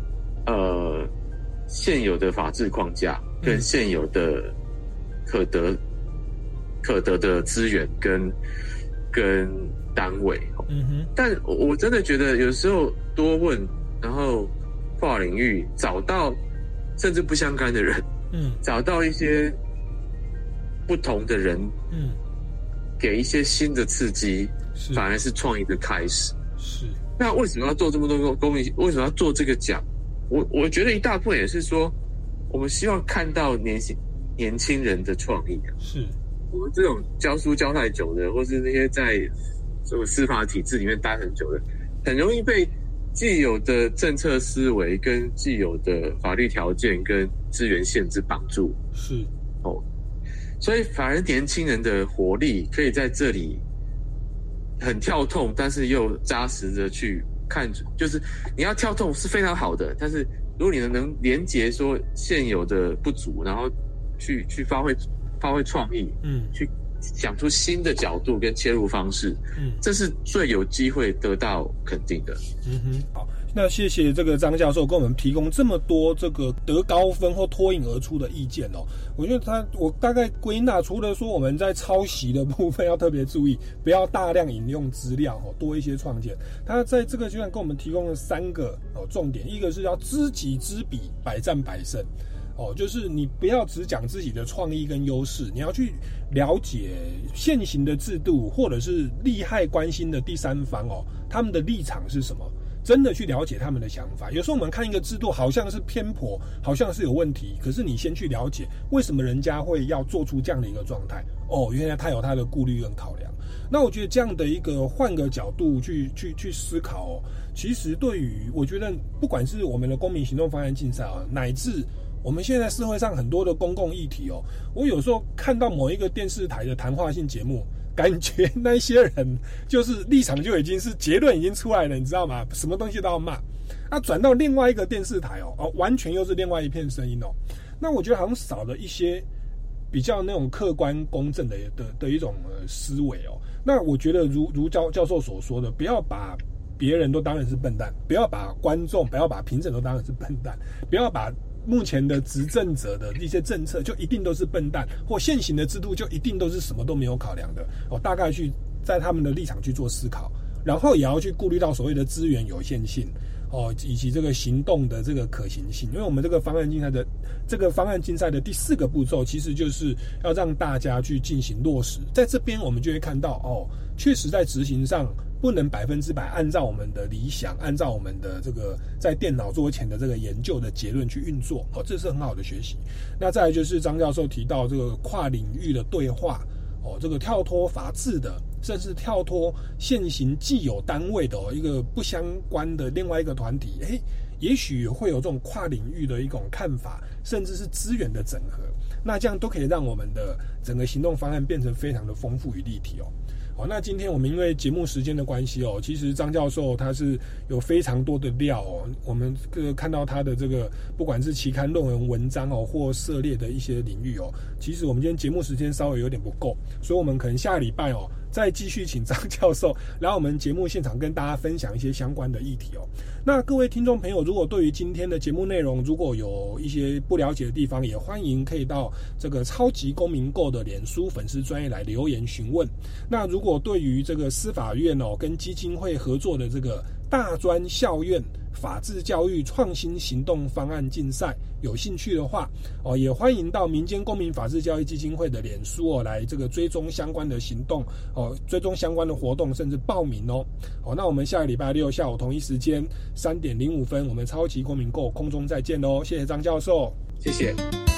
呃现有的法治框架跟现有的可得可得的资源跟跟单位。嗯哼，但我真的觉得有时候多问，然后跨领域找到甚至不相干的人，嗯，找到一些不同的人，嗯，给一些新的刺激，反而是创意的开始。是。那为什么要做这么多公民？为什么要做这个奖？我我觉得一大部分也是说，我们希望看到年轻年轻人的创意。是。我们这种教书教太久的，或是那些在这个司法体制里面待很久的，很容易被既有的政策思维跟既有的法律条件跟资源限制绑住。是。哦。所以反而年轻人的活力可以在这里很跳痛，但是又扎实的去看，就是你要跳痛是非常好的，但是如果你能连结说现有的不足，然后去去发挥发挥创意，嗯，去想出新的角度跟切入方式，嗯，这是最有机会得到肯定的。 嗯哼，好。那谢谢这个张教授给我们提供这么多这个得高分或脱颖而出的意见哦。我觉得他我大概归纳，除了说我们在抄袭的部分要特别注意，不要大量引用资料哦，多一些创建。他在这个阶段给我们提供了三个哦重点，一个是要知己知彼，百战百胜。哦，就是你不要只讲自己的创意跟优势，你要去了解现行的制度，或者是利害关心的第三方哦，他们的立场是什么。真的去了解他们的想法。有时候我们看一个制度好像是偏颇，好像是有问题，可是你先去了解为什么人家会要做出这样的一个状态。哦，原来他有他的顾虑跟考量。那我觉得这样的一个换个角度去去去思考哦，其实对于我觉得不管是我们的公民行动方案竞赛啊，乃至我们现在社会上很多的公共议题哦，我有时候看到某一个电视台的谈话性节目，感觉那些人就是立场就已经是结论已经出来了，你知道吗？什么东西都要骂。那转到另外一个电视台哦，哦，完全又是另外一片声音哦。那我觉得好像少了一些比较那种客观公正的的的一种呃思维哦。那我觉得如如教教授所说的，不要把别人都当成是笨蛋，不要把观众，不要把评审都当成是笨蛋，不要把目前的执政者的一些政策就一定都是笨蛋，或现行的制度就一定都是什么都没有考量的哦。大概去在他们的立场去做思考，然后也要去顾虑到所谓的资源有限性哦，以及这个行动的这个可行性。因为我们这个方案竞赛的这个方案竞赛的第四个步骤，其实就是要让大家去进行落实。在这边我们就会看到哦，确实在执行上不能百分之百按照我们的理想，按照我们的这个在电脑桌前的这个研究的结论去运作，哦，这是很好的学习。那再来就是张教授提到这个跨领域的对话，哦，这个跳脱法治的，甚至跳脱现行既有单位的哦一个不相关的另外一个团体，诶，也许会有这种跨领域的一种看法，甚至是资源的整合。那这样都可以让我们的整个行动方案变成非常的丰富与立体哦。好，那今天我们因为节目时间的关系哦，其实张教授他是有非常多的料哦，我们呃看到他的这个不管是期刊论文文章哦，或涉猎的一些领域哦，其实我们今天节目时间稍微有点不够，所以我们可能下个礼拜哦再继续请张教授来我们节目现场跟大家分享一些相关的议题哦。那各位听众朋友，如果对于今天的节目内容如果有一些不了解的地方，也欢迎可以到这个超级公民购的脸书粉丝专页来留言询问。那如果对于这个司法院哦跟基金会合作的这个大专校院法治教育创新行动方案竞赛有兴趣的话哦，也欢迎到民间公民法治教育基金会的脸书哦来这个追踪相关的行动哦，追踪相关的活动，甚至报名哦。好，那我们下个礼拜六下午同一时间三点零五分，我们超级公民购空中再见喽！谢谢张教授， 谢谢。